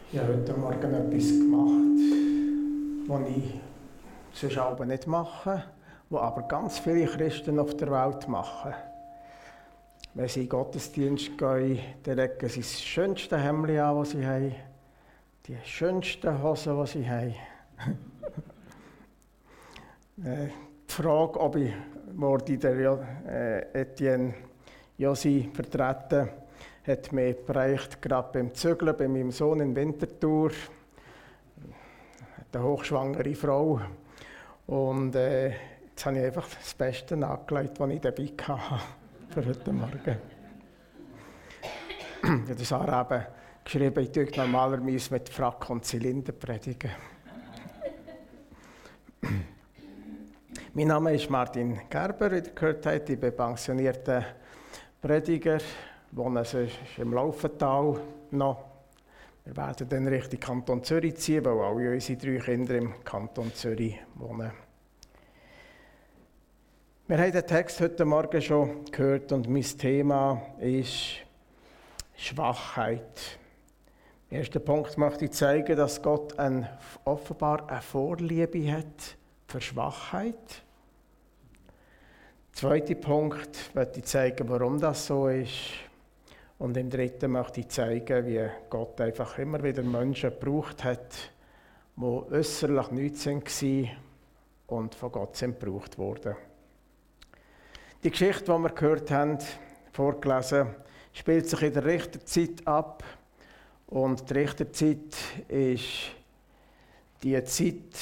Ich habe heute Morgen etwas gemacht, was ich sonst aber nicht mache, was aber ganz viele Christen auf der Welt machen. Wenn sie in den Gottesdienst gehen, dann legen sie das schönste Hemd an, das sie haben, die schönsten Hosen, die sie haben. Die Frage, ob ich Etienne Josi vertreten hat mich geprägt, gerade beim Zügeln bei meinem Sohn in Winterthur. Eine hochschwangere Frau. Und jetzt habe ich einfach das Beste angelegt, was ich dabei hatte für heute Morgen. Ich habe das auch eben geschrieben, ich tue normalerweise mit Frack und Zylinder predigen. Mein Name ist Martin Gerber, wie ihr gehört habt. Ich bin pensionierter Prediger, wohne im Laufental noch. Wir werden dann Richtung Kanton Zürich ziehen, weil alle unsere 3 Kinder im Kanton Zürich wohnen. Wir haben den Text heute Morgen schon gehört und mein Thema ist Schwachheit. Im ersten Punkt möchte ich zeigen, dass Gott offenbar eine Vorliebe hat für Schwachheit. Der zweite Punkt möchte ich zeigen, warum das so ist. Und im dritten möchte ich zeigen, wie Gott einfach immer wieder Menschen gebraucht hat, die äußerlich nichts waren und von Gott sind gebraucht wurden. Die Geschichte, die wir gehört haben, vorgelesen, spielt sich in der Richterzeit ab. Und die Richterzeit ist die Zeit,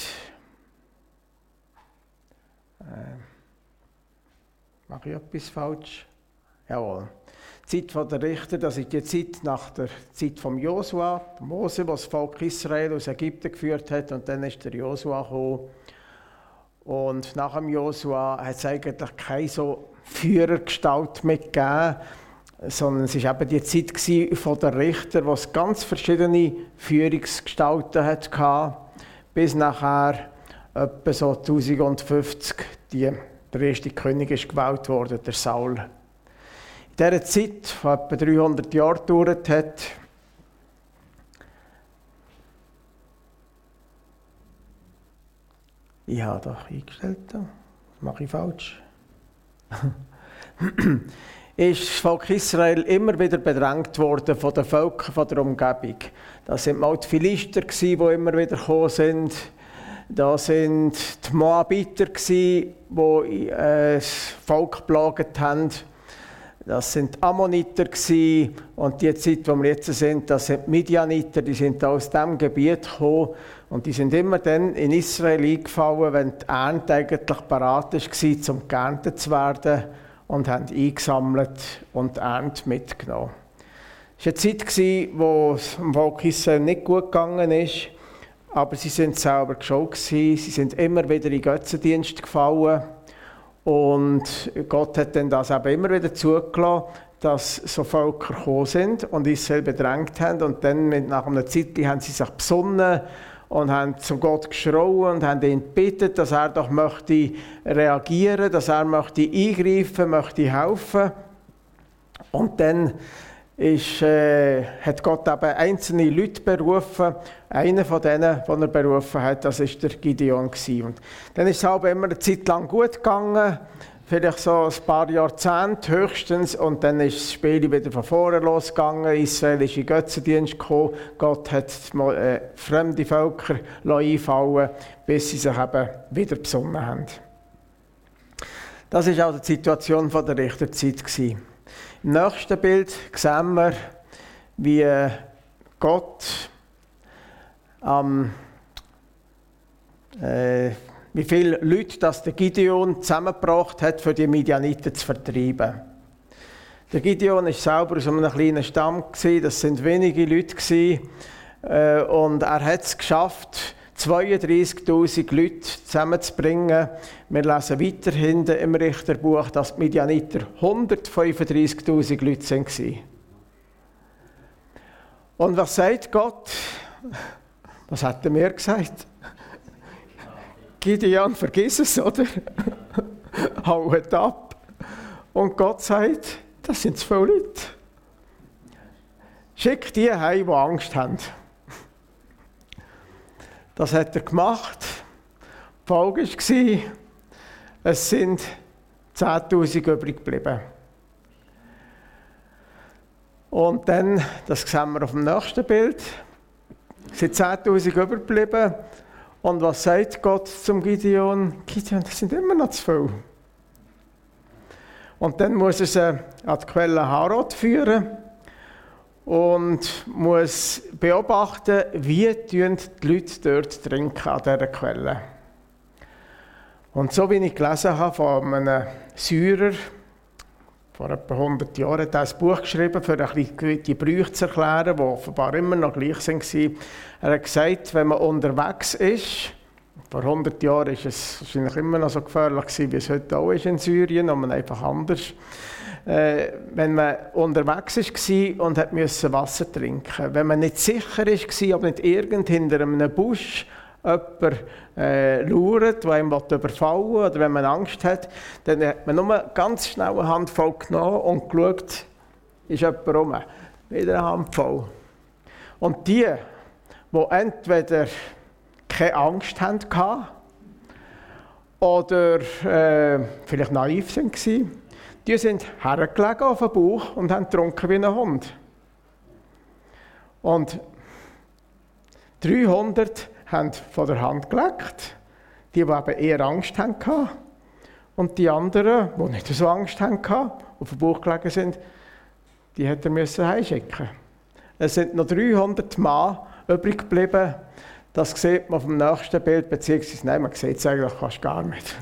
mache ich etwas falsch? Jawohl. Die Zeit der Richter, das ist die Zeit nach der Zeit von Josua, Mose, der das Volk Israel aus Ägypten geführt hat, und dann ist der Josua gekommen. Und nach dem Josua hat es eigentlich keine so Führergestalt mehr gegeben, sondern es war eben die Zeit von der Richter, wo es ganz verschiedene Führungsgestalten hatte, bis nachher etwa so 1050 der erste König ist gewählt worden, der Saul. In dieser Zeit, die etwa 300 Jahre gedauert hat, ich habe doch eingestellt, das mache ich falsch, ist das Volk Israel immer wieder bedrängt worden von den Völkern der Umgebung. Das waren mal die Philister, die immer wieder gekommen sind. Das waren die Moabiter, die das Volk geplagt haben. Das sind die Ammoniter. Und die Zeit, wo wir jetzt sind, das sind die Midianiter, die sind aus diesem Gebiet gekommen. Und die sind immer dann in Israel eingefallen, wenn die Ernte eigentlich parat war, um geerntet zu werden. Und haben eingesammelt und die Ernte mitgenommen. Es war eine Zeit, wo es dem Volk Israel nicht gut gegangen ist. Aber sie sind selber geschockt. Sie sind immer wieder in Götzendienst gefallen. Und Gott hat dann das eben immer wieder zugelassen, dass so Völker gekommen sind und Israel bedrängt haben. Und dann nach einer Zeit haben sie sich besonnen und haben zu Gott geschrauen und haben ihn gebeten, dass er doch möchte reagieren, dass er möchte eingreifen, möchte helfen. Und dann hat Gott eben einzelne Leute berufen. Einer von denen, die er berufen hat, das war der Gideon. Und dann ist es aber immer eine Zeit lang gut gegangen, vielleicht so ein paar Jahrzehnte höchstens. Und dann ist das Spiel wieder von vorne losgegangen. Israel ist in Götzendienst gekommen. Gott hat fremde Völker einfallen, bis sie sich eben wieder besonnen haben. Das war auch die Situation der Richterzeit. Im nächsten Bild sehen wir, wie Gott wie viele Leute das der Gideon zusammengebracht hat, für die Midianiter zu vertreiben. Der Gideon war selber aus einem kleinen Stamm, das sind wenige Leute, und er hat es geschafft, 32'000 Leute zusammenzubringen. Wir lesen weiter hinten im Richterbuch, dass die Midianiter 135'000 Leute waren. Und was sagt Gott? Was hat er mir gesagt? Gideon, vergiss es, oder? Haut ab. Und Gott sagt, das sind zu viele Leute. Schick die heim, die Angst haben. Das hat er gemacht. Die Folge war, es sind 10'000 übrig geblieben. Und dann, das sehen wir auf dem nächsten Bild, es sind 10'000 übrig geblieben. Und was sagt Gott zum Gideon? Gideon, das sind immer noch zu viel. Und dann muss er sie an die Quelle Harod führen und muss beobachten, wie die Leute dort trinken an dieser Quelle. Und so wie ich gelesen habe von einem Syrer, vor etwa 100 Jahren, hat er ein Buch geschrieben, für ein bisschen die Brüche zu erklären, die offenbar immer noch gleich waren. Er hat gesagt, wenn man unterwegs ist, vor 100 Jahren war es wahrscheinlich immer noch so gefährlich gewesen, wie es heute auch ist in Syrien, aber einfach anders. Wenn man unterwegs war und musste Wasser trinken, wenn man nicht sicher war, ob nicht irgend hinter einem Busch jemand lauert, der einem überfallen will, oder wenn man Angst hat, dann hat man nur ganz schnell eine Handvoll genommen und geschaut, ist jemand rum. Wieder eine Handvoll. Und die entweder keine Angst hatten oder vielleicht naiv waren, die sind hergelegen auf den Bauch und haben getrunken wie ein Hund. Und 300 haben von der Hand geleckt, die eben eher Angst hatten. Und die anderen, die nicht so Angst hatten, auf dem Bauch gelegen sind, die hätte er heimschicken. Es sind noch 300 Mann übrig geblieben. Das sieht man auf dem nächsten Bild, beziehungsweise nein, man sieht es eigentlich fast gar nicht.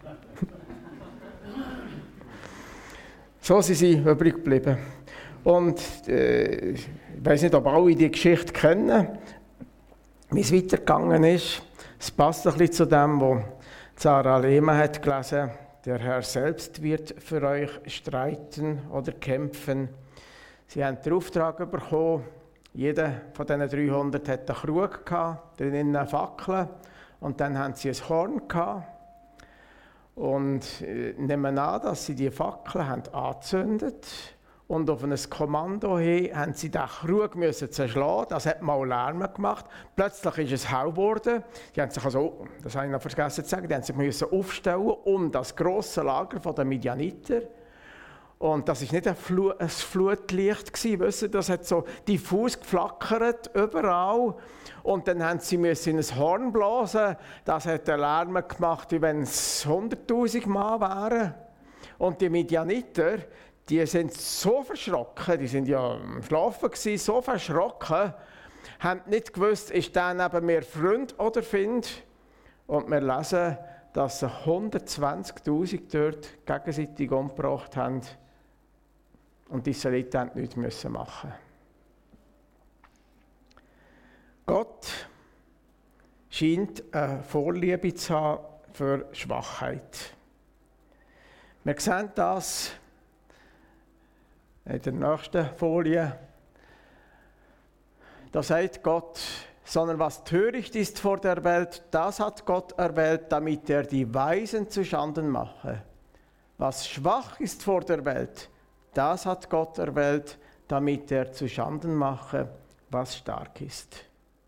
So sind sie übrig geblieben. Und ich weiß nicht, ob alle die Geschichte kennen, wie es weitergegangen ist. Es passt ein bisschen zu dem, was Sarah Lehmann hat gelesen. Der Herr selbst wird für euch streiten oder kämpfen. Sie haben den Auftrag bekommen. Jeder von diesen 300 hatte einen Krug gehabt, drinnen eine Fackel, und dann haben sie ein Horn gehabt. Und nehmen an, dass sie die Fackel haben angezündet und auf ein Kommando hin haben sie den Krug zerschlagen. Das hat mal Lärm gemacht. Plötzlich ist es hell geworden. Die haben sich also, das habe ich noch vergessen zu sagen, die haben sich aufstellen um das grosse Lager der Midianiter. Und das war nicht ein Flutlicht, weißt du, das hat so diffus geflackert, überall. Und dann haben sie in ein Horn blasen. Das hat einen Lärm gemacht, wie wenn es 100'000 Mann wären. Und die Midianiter, die sind so verschrocken, die sind ja am Schlafen gewesen, so verschrocken, haben nicht gewusst, ist der neben mir Freund oder Feind. Und wir lesen, dass sie 120'000 dort gegenseitig umgebracht haben. Und die Israeliten mussten nichts machen. Gott scheint eine Vorliebe zu haben für Schwachheit. Wir sehen das in der nächsten Folie. Da sagt Gott, sondern was töricht ist vor der Welt, das hat Gott erwählt, damit er die Weisen zu Schanden mache. Was schwach ist vor der Welt, das hat Gott erwählt, damit er zu Schanden mache, was stark ist.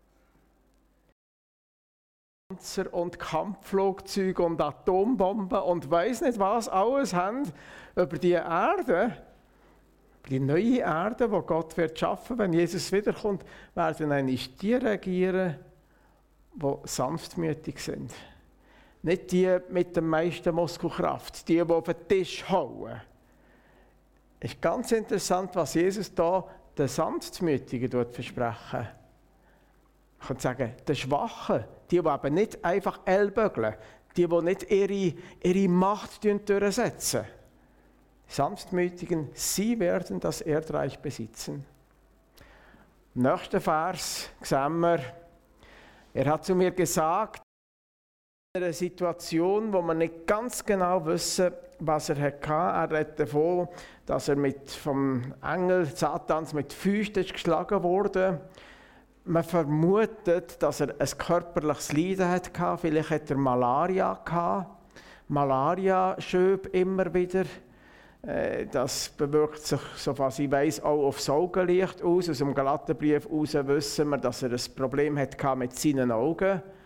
Panzer und Kampfflugzeuge und Atombomben und weiss nicht was alles haben über die Erde, die neue Erde, die Gott wird schaffen, wenn Jesus wiederkommt, werden eigentlich die regieren, die sanftmütig sind. Nicht die mit der meisten Muskelkraft, die auf den Tisch hauen. Es ist ganz interessant, was Jesus da den Sanftmütigen versprechen. Ich kann sagen, den Schwachen, die eben nicht einfach ellbögeln, die nicht ihre Macht durchsetzen. Die Sanftmütigen, sie werden das Erdreich besitzen. Im nächsten Vers sehen wir, er hat zu mir gesagt, in einer Situation, wo wir nicht ganz genau wissen, was er hatte. Er redet davon, dass er vom Engel Satans mit Füßen geschlagen wurde. Man vermutet, dass er ein körperliches Leiden hatte. Vielleicht hat er Malaria gehabt. Malaria schöb immer wieder. Das bewirkt sich, soweit ich weiss, auch aufs Augenlicht aus. Aus dem Galaterbrief heraus wissen wir, dass er ein Problem hatte mit seinen Augen.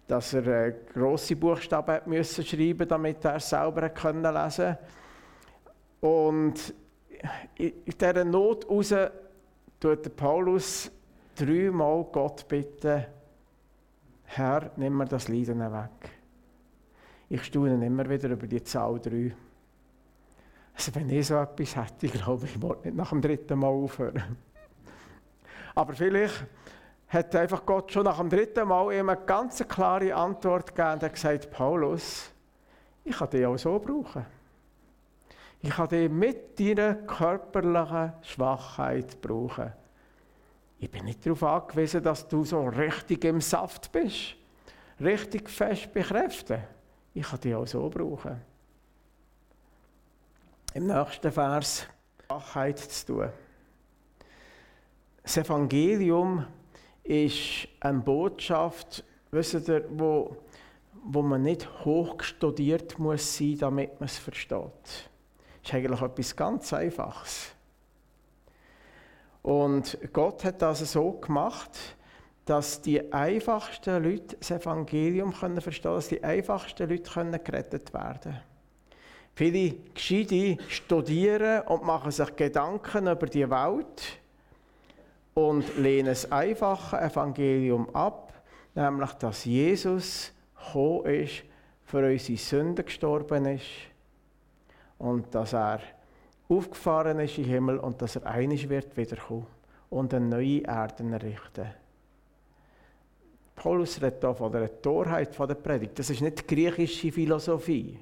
dass er grosse Buchstaben musste schreiben, damit er selber lesen konnte. Und in dieser Not heraus tut Paulus 3-mal Gott bitten, Herr, nimm mir das Leiden weg. Ich staune immer wieder über die Zahl 3. Also wenn ich so etwas hätte, ich glaube, ich wollte nicht nach dem 3. Mal aufhören. Aber vielleicht hat einfach Gott schon nach dem 3. Mal ihm eine ganz klare Antwort gegeben und hat gesagt, Paulus, ich kann dich auch so brauchen. Ich kann dich mit deiner körperlichen Schwachheit brauchen. Ich bin nicht darauf angewiesen, dass du so richtig im Saft bist, richtig fest bei Kräften. Ich kann dich auch so brauchen. Im nächsten Vers Schwachheit zu tun. Das Evangelium ist eine Botschaft, wisst ihr, wo man nicht hoch studiert muss sein, damit man es versteht. Das ist eigentlich etwas ganz Einfaches. Und Gott hat das so gemacht, dass die einfachsten Leute das Evangelium verstehen können, dass die einfachsten Leute gerettet werden können. Viele Gescheite studieren und machen sich Gedanken über die Welt und lehnen das einfache Evangelium ab, nämlich, dass Jesus gekommen ist, für unsere Sünden gestorben ist und dass er aufgefahren ist in den Himmel und dass er einig wird wiederkommen und eine neue Erde errichten. Paulus redet hier von der Torheit der Predigt. Das ist nicht griechische Philosophie.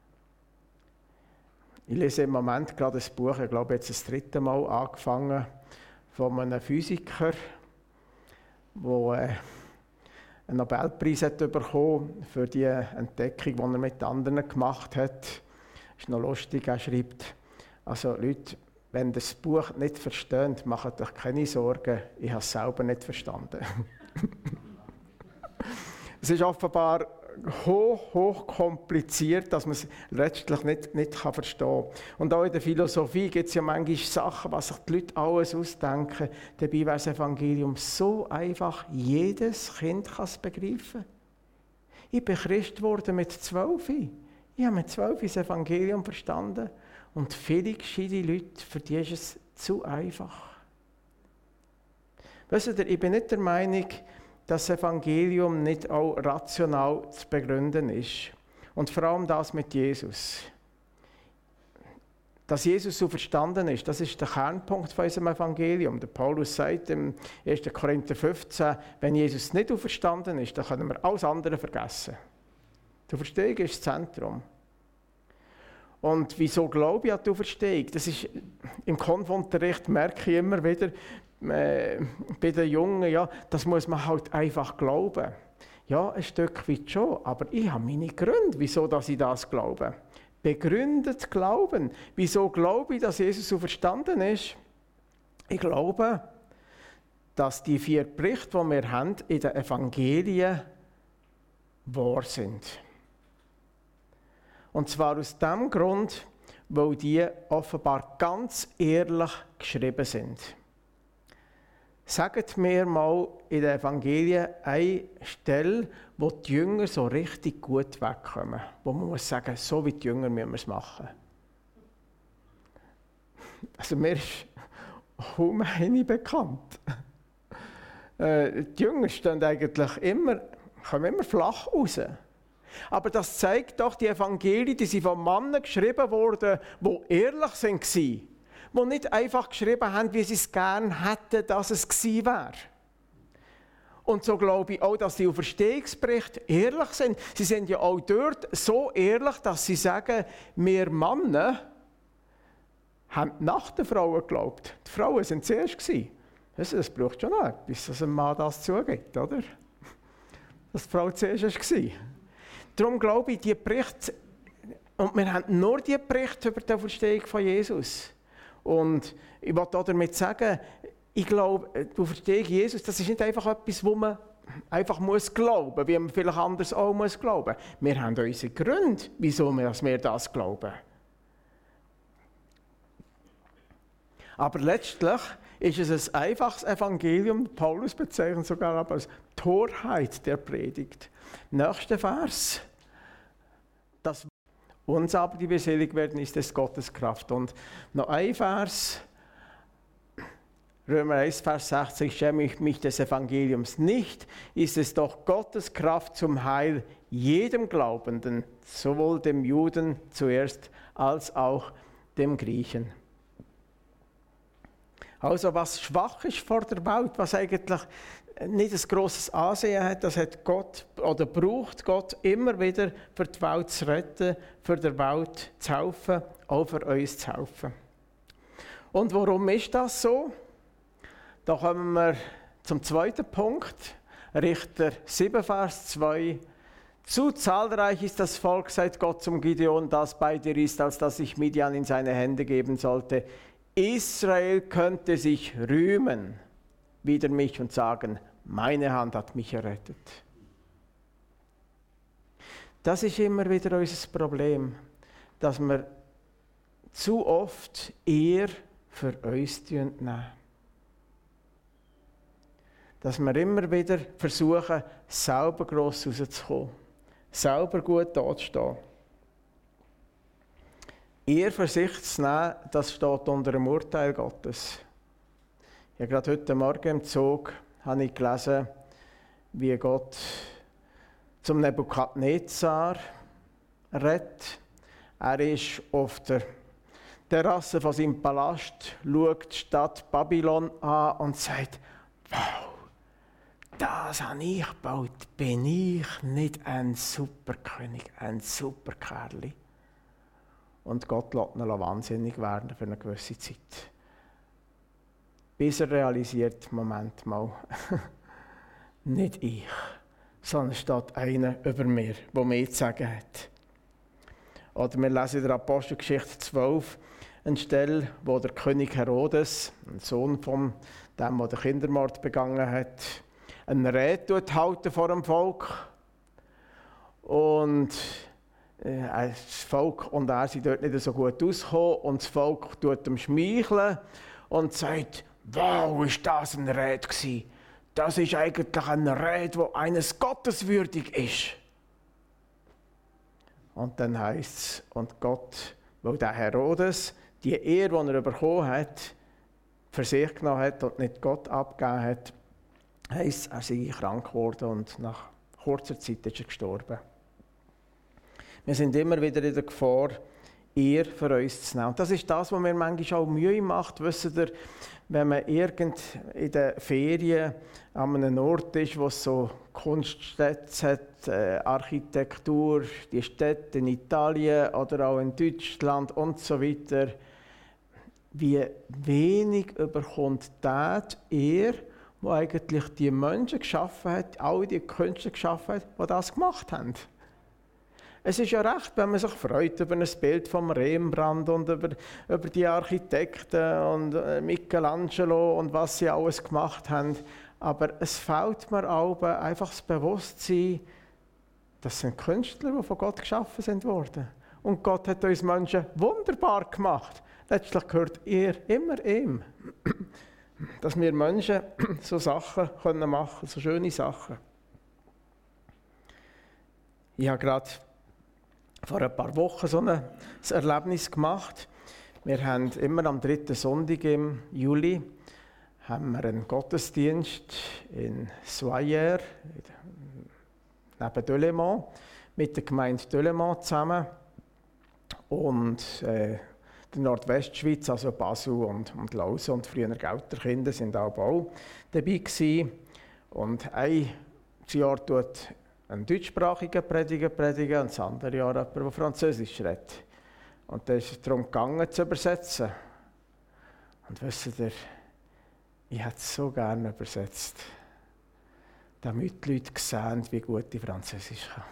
Ich lese im Moment gerade ein Buch, ich glaube jetzt das 3. Mal angefangen, von einem Physiker, der einen Nobelpreis hat bekommen für die Entdeckung, die er mit anderen gemacht hat. Das ist noch lustig, er schreibt, also Leute, wenn ihr das Buch nicht versteht, macht euch keine Sorgen, ich habe es selber nicht verstanden. Es ist offenbar hoch kompliziert, dass man es letztlich nicht verstehen kann. Und auch in der Philosophie gibt es ja manchmal Sachen, was sich die Leute alles ausdenken. Dabei wäre das Evangelium so einfach, jedes Kind kann es begreifen. Ich bin Christ geworden mit 12. Ich habe mit 12 das Evangelium verstanden. Und viele gescheite Leute, für die ist es zu einfach. Wisst ihr, ich bin nicht der Meinung, dass das Evangelium nicht auch rational zu begründen ist. Und vor allem das mit Jesus. Dass Jesus so verstanden ist, das ist der Kernpunkt von unserem Evangelium. Der Paulus sagt im 1. Korinther 15, wenn Jesus nicht verstanden ist, dann können wir alles andere vergessen. Die Auferstehung ist das Zentrum. Und wieso glaube ich an die Auferstehung? Das ist, im Konfunterricht merke ich immer wieder, bei den Jungen, ja, das muss man halt einfach glauben. Ja, ein Stück weit schon, aber ich habe meine Gründe, wieso dass ich das glaube. Begründet Glauben. Wieso glaube ich, dass Jesus so verstanden ist? Ich glaube, dass die 4 Berichte, die wir haben, in den Evangelien wahr sind. Und zwar aus dem Grund, weil die offenbar ganz ehrlich geschrieben sind. Sagt mir mal in den Evangelien eine Stelle, wo die Jünger so richtig gut wegkommen. Wo man muss sagen, so wie die Jünger müssen wir es machen. Also mir ist kaum eine bekannt. Die Jünger stehen eigentlich kommen immer flach raus. Aber das zeigt doch, die Evangelien, die sind von Männern geschrieben worden, die ehrlich waren. Die nicht einfach geschrieben haben, wie sie es gerne hätten, dass es gewesen wäre. Und so glaube ich auch, dass die Auferstehungsberichte ehrlich sind. Sie sind ja auch dort so ehrlich, dass sie sagen, wir Männer haben nach den Frauen geglaubt. Die Frauen waren zuerst gewesen. Das braucht schon noch etwas, dass ein Mann das zugibt, oder? Dass die Frau zuerst war. Darum glaube ich, die Berichte, und wir haben nur die Berichte über die Auferstehung von Jesus. Und ich will damit sagen, ich glaube, die Auferstehung Jesus, das ist nicht einfach etwas, wo man einfach glauben muss, wie man vielleicht anders auch glauben muss. Wir haben unsere Gründe, wieso wir das glauben. Aber letztlich ist es ein einfaches Evangelium. Paulus bezeichnet sogar aber als Torheit der Predigt. Nächster Vers. Das uns aber, die wir selig werden, ist es Gottes Kraft. Und noch ein Vers. Römer 1, Vers 16, ich schäme mich des Evangeliums nicht, ist es doch Gottes Kraft zum Heil jedem Glaubenden, sowohl dem Juden zuerst als auch dem Griechen. Also was schwach ist vor der Welt, was eigentlich nicht ein grosses Ansehen hat, das hat Gott oder braucht Gott immer wieder für die Welt zu retten, für der Welt zu helfen, auch für uns zu helfen. Und warum ist das so? Da kommen wir zum zweiten Punkt, Richter 7, Vers 2. Zu zahlreich ist das Volk, sagt Gott zum Gideon, das bei dir ist, als dass ich Midian in seine Hände geben sollte. Israel könnte sich rühmen wider mich und sagen, meine Hand hat mich errettet. Das ist immer wieder unser Problem, dass wir zu oft eher für uns nehmen. Dass wir immer wieder versuchen, selber gross rauszukommen, selber gut dazustehen. Eher für sich zu nehmen, das steht unter dem Urteil Gottes. Ich habe gerade heute Morgen im Zug gelesen, wie Gott zum Nebukadnezar redet. Er ist auf der Terrasse von seinem Palast, schaut die Stadt Babylon an und sagt, wow, das habe ich gebaut. Bin ich nicht ein Superkönig, ein Superkerl? Und Gott lässt ihn wahnsinnig werden für eine gewisse Zeit. Bis er realisiert, Moment mal, nicht ich, sondern steht einer über mir, der mehr zu sagen hat. Oder wir lesen in der Apostelgeschichte 12 eine Stelle, wo der König Herodes, ein Sohn von dem, der den Kindermord begangen hat, eine Rede halten vor dem Volk. Und das Volk und er sind dort nicht so gut ausgekommen. Und das Volk tut ihm schmeicheln und sagt, wow, ist das eine Rede gewesen? Das ist eigentlich eine Rede, die eines Gottes würdig ist. Und dann heisst es, und Gott, weil der Herodes die Ehre, die er bekommen hat, für sich genommen hat und nicht Gott abgegeben hat, heisst, er sei krank geworden und nach kurzer Zeit ist er gestorben. Wir sind immer wieder in der Gefahr, Ehre für uns zu nehmen. Und das ist das, was mir manchmal auch Mühe macht. Wisst ihr, wenn man irgend in den Ferien an einem Ort ist, wo es so Kunststätte hat, Architektur, die Städte in Italien oder auch in Deutschland und so weiter, wie wenig überkommt die Ehre, die eigentlich die Menschen geschaffen hat, alle die Künstler geschaffen hat, die das gemacht haben. Es ist ja recht, wenn man sich freut über ein Bild von Rembrandt und über die Architekten und Michelangelo und was sie alles gemacht haben. Aber es fehlt mir auch einfach das Bewusstsein, das sind Künstler, die von Gott geschaffen sind worden. Und Gott hat uns Menschen wunderbar gemacht. Letztlich gehört er immer ihm. Dass wir Menschen so Sachen machen können, so schöne Sachen. Ich habe gerade vor ein paar Wochen so ein Erlebnis gemacht. Wir haben immer am 3. Sonntag im Juli haben wir einen Gottesdienst in Soyer, neben Delémont, mit der Gemeinde Delémont zusammen. Und der Nordwestschweiz, also Basel und Lausanne und früher Gelterkinder sind auch dabei gewesen. Und ein Jahr tut ein deutschsprachiger Prediger predigen und das andere Jahr jemand, der Französisch redet. Und da ist es darum gegangen, zu übersetzen. Und wisst ihr, ich hätte es so gerne übersetzt, damit die Leute sehen, wie gut ich Französisch kann.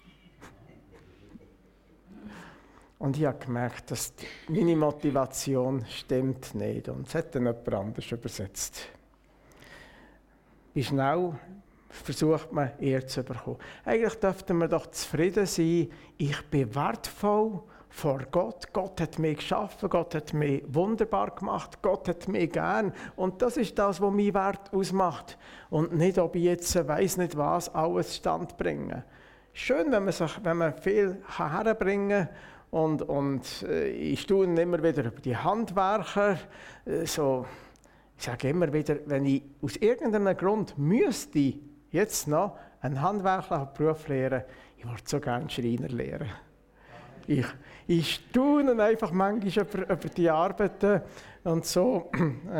Und ich habe gemerkt, dass meine Motivation stimmt nicht. Und es hat dann jemand anders übersetzt. Wie schnell versucht man, Ehre zu bekommen. Eigentlich dürften wir doch zufrieden sein, ich bin wertvoll vor Gott. Gott hat mich geschaffen, Gott hat mich wunderbar gemacht, Gott hat mich gern. Und das ist das, was meinen Wert ausmacht. Und nicht, ob ich jetzt weiss nicht was alles stand bringen. Schön, wenn man viel herbringen kann. Und ich staune immer wieder über die Handwerker. So, ich sage immer wieder, wenn ich aus irgendeinem Grund müsste jetzt noch einen handwerklichen Beruf lernen, ich würde so gerne Schreiner lernen. Ich staune einfach manchmal über die Arbeiten und so.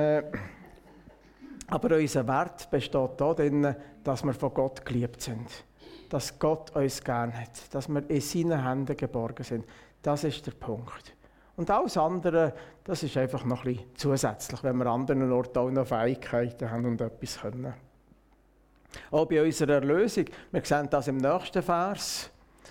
Aber unser Wert besteht darin, dass wir von Gott geliebt sind. Dass Gott uns gern hat. Dass wir in seinen Händen geborgen sind. Das ist der Punkt. Und alles andere, das ist einfach noch ein bisschen zusätzlich, wenn wir an anderen Orten auch noch Fähigkeiten haben und etwas können. Auch bei unserer Erlösung, wir sehen das im nächsten Vers,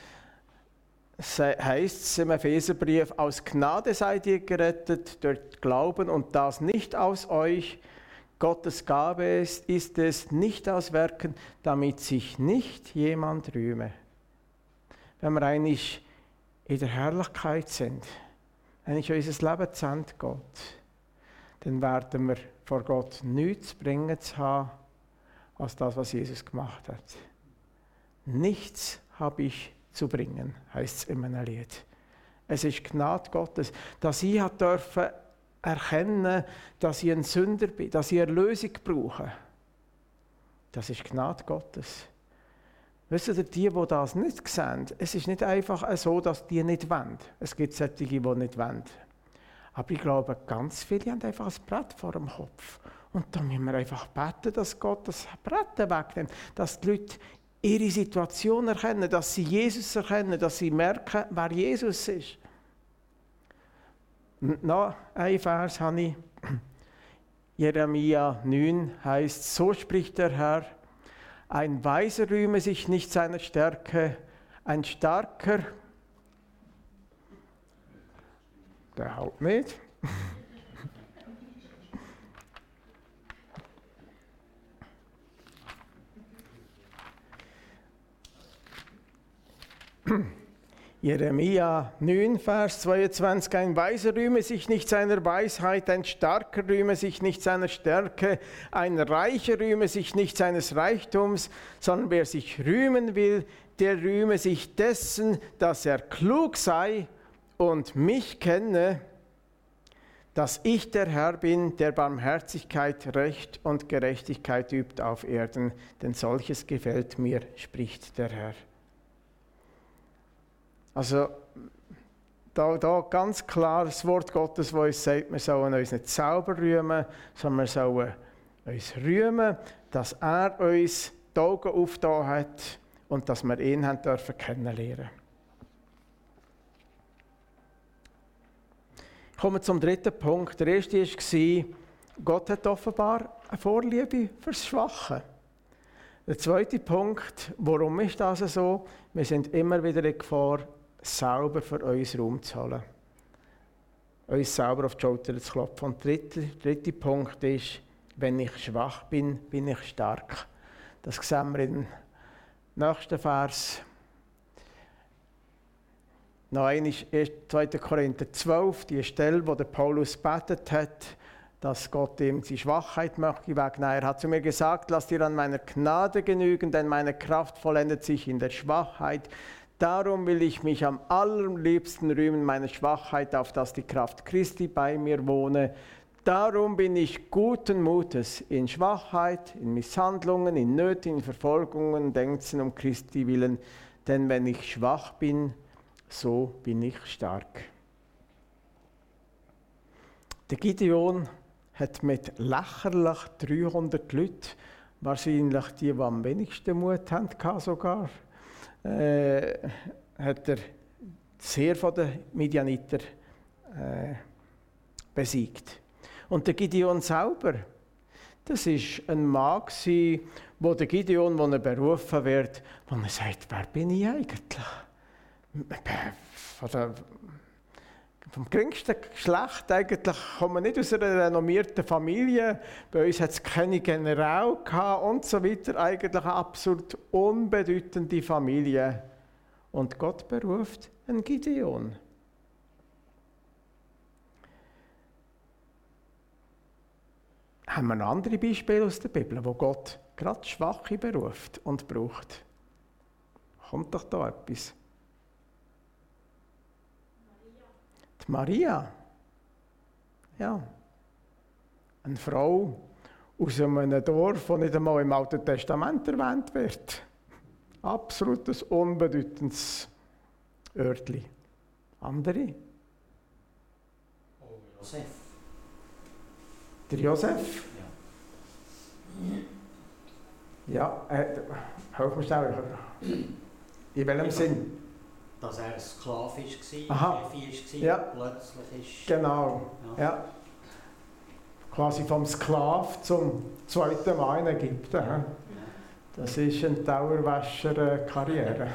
heißt es im Epheserbrief, aus Gnade seid ihr gerettet durch Glauben und das nicht aus euch. Gottes Gabe ist es, nicht aus Werken, damit sich nicht jemand rühme. Wenn wir eigentlich in der Herrlichkeit sind, wenn unser Leben zu Ende geht, dann werden wir vor Gott nichts zu bringen zu haben, als das, was Jesus gemacht hat. Nichts habe ich zu bringen, heisst es in einem Lied. Es ist Gnade Gottes, dass ich durfte erkennen, dass ich ein Sünder bin, dass ich Erlösung brauche. Das ist Gnade Gottes. Wisst ihr, die das nicht sehen, es ist nicht einfach so, dass die nicht wollen. Es gibt solche, die nicht wollen. Aber ich glaube, ganz viele haben einfach ein Brett vor dem Kopf. Und da müssen wir einfach beten, dass Gott das Brett wegnimmt. Dass die Leute ihre Situation erkennen, dass sie Jesus erkennen, dass sie merken, wer Jesus ist. Und noch ein Vers habe ich. Jeremia 9 heißt, so spricht der Herr, ein Weiser rühme sich nicht seiner Stärke, ein Starker, der haut nicht. Jeremia 9, Vers 22, ein Weiser rühme sich nicht seiner Weisheit, ein Starker rühme sich nicht seiner Stärke, ein Reicher rühme sich nicht seines Reichtums, sondern wer sich rühmen will, der rühme sich dessen, dass er klug sei und mich kenne, dass ich der Herr bin, der Barmherzigkeit, Recht und Gerechtigkeit übt auf Erden, denn solches gefällt mir, spricht der Herr. Also da ganz klar das Wort Gottes, das uns sagt, wir sollen uns nicht selber rühmen, sondern wir sollen uns rühmen, dass er uns die Augen aufgetan hat und dass wir ihn haben dürfen kennenlernen. Ich komme zum dritten Punkt. Der erste war, Gott hat offenbar eine Vorliebe fürs Schwache. Der zweite Punkt, warum ist das so? Wir sind immer wieder in Gefahr, selber für uns Raum zu holen. Uns selber auf die Schulter zu klopfen. Und der dritte Punkt ist, wenn ich schwach bin, bin ich stark. Das sehen wir im nächsten Vers. Noch einmal 2. Korinther 12, die Stelle, wo der Paulus betet hat, dass Gott ihm die Schwachheit möchte wegnehmen. Er hat zu mir gesagt, lass dir an meiner Gnade genügen, denn meine Kraft vollendet sich in der Schwachheit. Darum will ich mich am allerliebsten rühmen meiner Schwachheit, auf dass die Kraft Christi bei mir wohne. Darum bin ich guten Mutes in Schwachheit, in Misshandlungen, in Nöten, in Verfolgungen, Denken um Christi willen. Denn wenn ich schwach bin, so bin ich stark. Der Gideon hat mit lächerlich 300 Leuten, wahrscheinlich die am wenigsten Mut hatten sogar, hat er sehr von den Midianiter besiegt. Und der Gideon selber, das war ein Mann, wo der Gideon, wo er berufen wird, wo er sagt, wer bin ich eigentlich? Vom geringsten Geschlecht eigentlich, kommen nicht aus einer renommierten Familie. Bei uns hat es keine General gehabt und so weiter. Eigentlich eine absolut unbedeutende Familie. Und Gott beruft einen Gideon. haben wir noch andere Beispiele aus der Bibel, wo Gott gerade Schwache beruft und braucht. Kommt doch da etwas? Die Maria. Ja. Eine Frau aus einem Dorf, das nicht einmal im Alten Testament erwähnt wird. Absolutes unbedeutendes Örtli. Andere? Oh, Josef. Der Josef? Ja. Ja, helf mir schnell. In welchem Sinn? Dass er ein Sklave war, Aha. Chef war, Ja. plötzlich ist... Genau. Ja. Quasi vom Sklav zum zweiten Mal in Ägypten. Ja. Das ist eine Dauerwäscher-Karriere.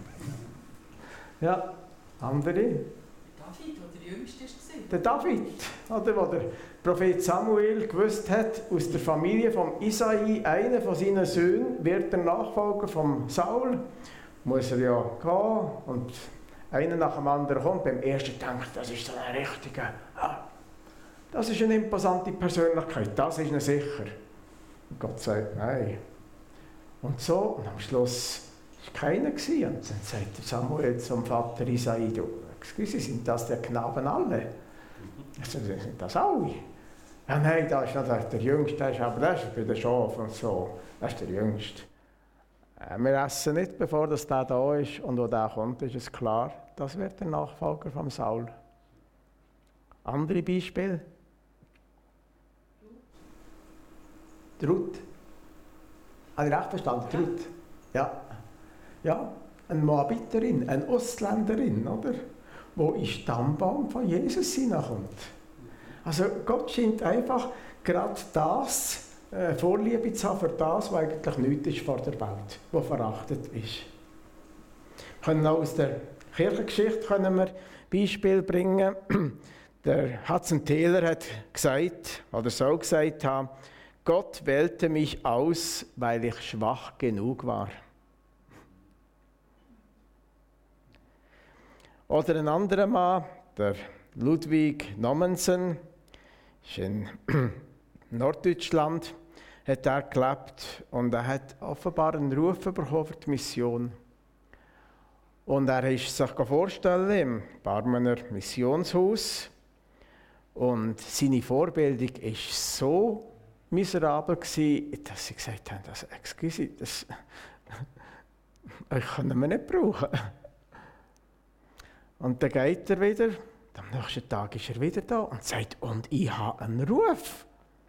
Ja, andere? David, der der Jüngste war. Der David, oder, wo der Prophet Samuel gewusst hat, aus der Familie von Isai, einer von seinen Söhnen, wird der Nachfolger von Saul, muss er ja gehen und einer nach dem anderen kommt. Beim ersten denkt, das ist so ein richtiger, das ist eine imposante Persönlichkeit, das ist eine sicher. Und Gott sagt, nein. Und so, und am Schluss war keiner gewesen. Und dann sagt Samuel zum Vater Isai, du, excuse, sind das die Knaben alle? Also, sind das alle? Ja, nein, da ist noch der Jüngste, aber das ist bei den Schafen und so. Das ist der Jüngste. Wir essen nicht, bevor das der da ist. Und wo der kommt, ist es klar, das wird der Nachfolger von Saul. Andere Beispiele? Ruth. Habe ich recht verstanden? Ruth. Ja. Ja, eine Moabiterin, eine Ostländerin, oder? Wo in den Stammbaum von Jesus hineinkommt. Also Gott scheint einfach gerade das Vorliebe zu haben für das, was eigentlich nichts ist vor der Welt, was verachtet ist. Können auch aus der Kirchengeschichte können wir Beispiele bringen. Der Hudson Taylor hat gesagt, oder soll gesagt haben, Gott wählte mich aus, weil ich schwach genug war. Oder ein anderer Mann, der Ludwig Nommensen, ist in Norddeutschland, hat er gelebt und er hat offenbar einen Ruf bekommen für die Mission. Und er ist sich vorstellen im Barmener Missionshaus und seine Vorbildung war so miserabel gewesen, dass sie gesagt haben, das, excuse, das können wir nicht brauchen. Und dann geht er wieder, am nächsten Tag ist er wieder da und sagt, und ich habe einen Ruf.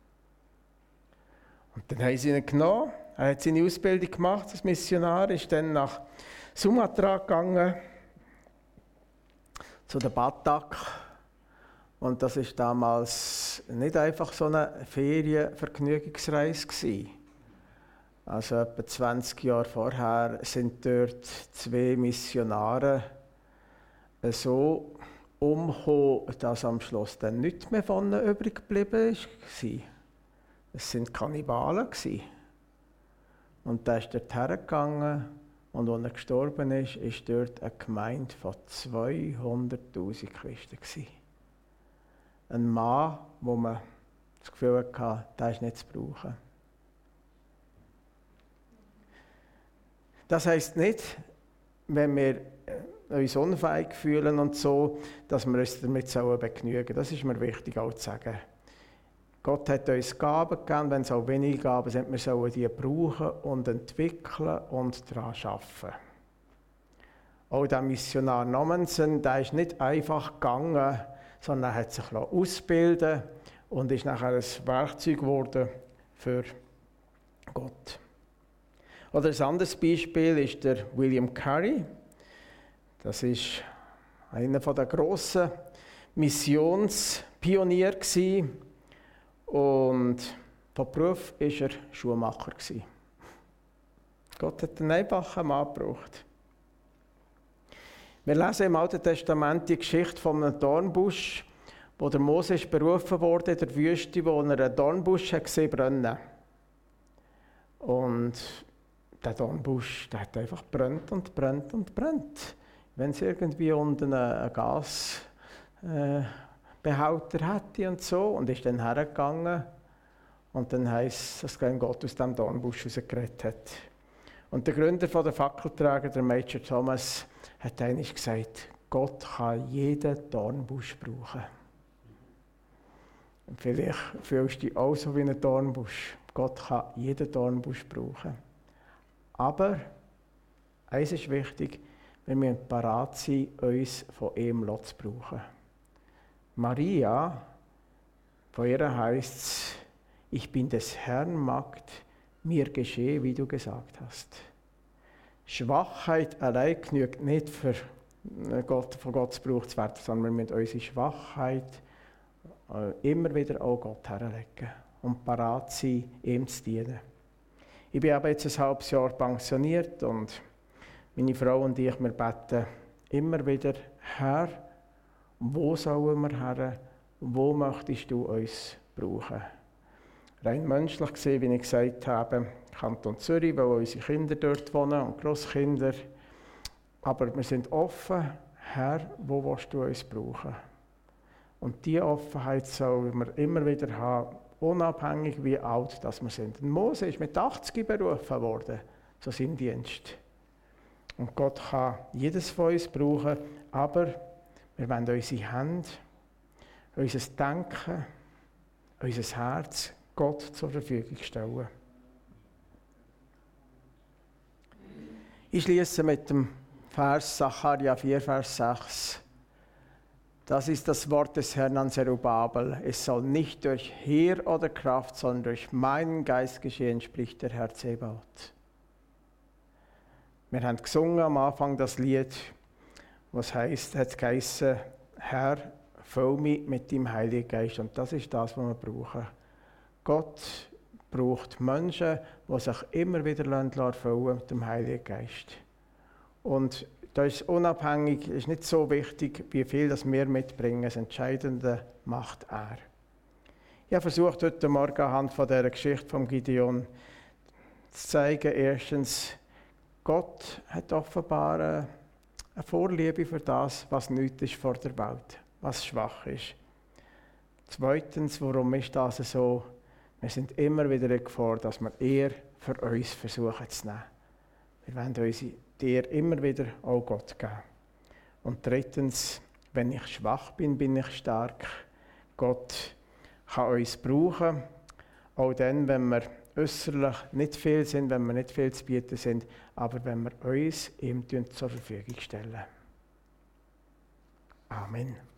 Und dann haben sie ihn genommen, er hat seine Ausbildung gemacht als Missionar, ist dann nach Sumatra gegangen, zu den Batak. Und das war damals nicht einfach so eine Ferienvergnügungsreise gewesen. Also etwa 20 Jahre vorher sind dort 2 Missionare so umgekommen, dass am Schluss dann nichts mehr von ihnen übrig geblieben ist. Es waren Kannibalen. Und der ist dort hergegangen und als er gestorben ist, ist dort eine Gemeinde von 200'000 Christen gewesen. Ein Mann, wo man das Gefühl hatte, der ist nicht zu brauchen. Das heisst nicht, wenn wir uns unfähig fühlen und so, dass wir uns damit begnügen sollen. Das ist mir wichtig auch zu sagen. Gott hat uns Gaben gegeben, wenn es auch wenige Gaben sind, wir sollen die brauchen und entwickeln und daran arbeiten. Auch der Missionar Nommensen, der ist nicht einfach gegangen, sondern er hat sich ausbilden und ist nachher ein Werkzeug geworden für Gott. Oder ein anderes Beispiel ist der William Carey. Das ist einer der grossen Missionspioniere gewesen. Und von Beruf war er Schuhmacher gewesen. Gott hat einen einfachen Mann gebraucht. Wir lesen im Alten Testament die Geschichte von einem Dornbusch, wo der Mose berufen wurde in der Wüste, wo er einen Dornbusch gesehen brennen. Und der Dornbusch, der hat einfach brennt und brennt und brennt. Wenn es irgendwie unten einen Gasbehälter hätte und so, und ist dann hergegangen Und dann heisst es, dass Gott aus dem Dornbusch rausgeredet hat. Und der Gründer der Fackelträger, der Major Thomas, hat einmal gesagt, Gott kann jeden Dornbusch brauchen. Und vielleicht fühlst du dich auch so wie ein Dornbusch. Gott kann jeden Dornbusch brauchen. Aber eines ist wichtig, wir müssen bereit sein, uns von ihm zu brauchen. Maria, von ihr heisst es, ich bin des Herrn Magd, mir geschehe, wie du gesagt hast. Schwachheit allein genügt nicht, für von Gott gebraucht zu werden, sondern wir müssen unsere Schwachheit immer wieder auch Gott herlegen und bereit sein, ihm zu dienen. Ich bin aber jetzt ein halbes Jahr pensioniert und meine Frau und ich, wir beten immer wieder, Herr, wo sollen wir her? Wo möchtest du uns brauchen? Rein menschlich gesehen, wie ich gesagt habe, Kanton Zürich, weil unsere Kinder dort wohnen und Grosskinder. Aber wir sind offen, Herr, wo willst du uns brauchen? Und diese Offenheit sollen wir immer wieder haben, unabhängig wie alt das wir sind. Und Mose ist mit 80 berufen worden, zu seinem Dienst. Und Gott kann jedes von uns brauchen, aber wir wollen unsere Hände, unser Denken, unser Herz Gott zur Verfügung stellen. Ich schließe mit dem Vers Sacharja 4, Vers 6. Das ist das Wort des Herrn an Zerubabel. Es soll nicht durch Heer oder Kraft, sondern durch meinen Geist geschehen, spricht der Herr Zebaoth. Wir haben gesungen am Anfang das Lied, was hat geheißen, Herr, füll mich mit deinem Heiligen Geist. Und das ist das, was wir brauchen. Gott braucht Menschen, die sich immer wieder erfüllen mit dem Heiligen Geist. Und das ist unabhängig, ist nicht so wichtig, wie viel das wir mitbringen. Das Entscheidende macht er. Ich habe versucht, heute Morgen anhand von dieser Geschichte von Gideon zu zeigen, erstens, Gott hat offenbar eine Vorliebe für das, was nichts ist vor der Welt, was schwach ist. Zweitens, warum ist das so? Wir sind immer wieder in Gefahr, dass wir eher für uns versuchen zu nehmen. Wir wollen unsere dir immer wieder auch Gott geben. Und drittens, wenn ich schwach bin, bin ich stark. Gott kann uns brauchen, auch dann, wenn wir äußerlich nicht viel sind, wenn wir nicht viel zu bieten sind, aber wenn wir uns ihm zur Verfügung stellen. Amen.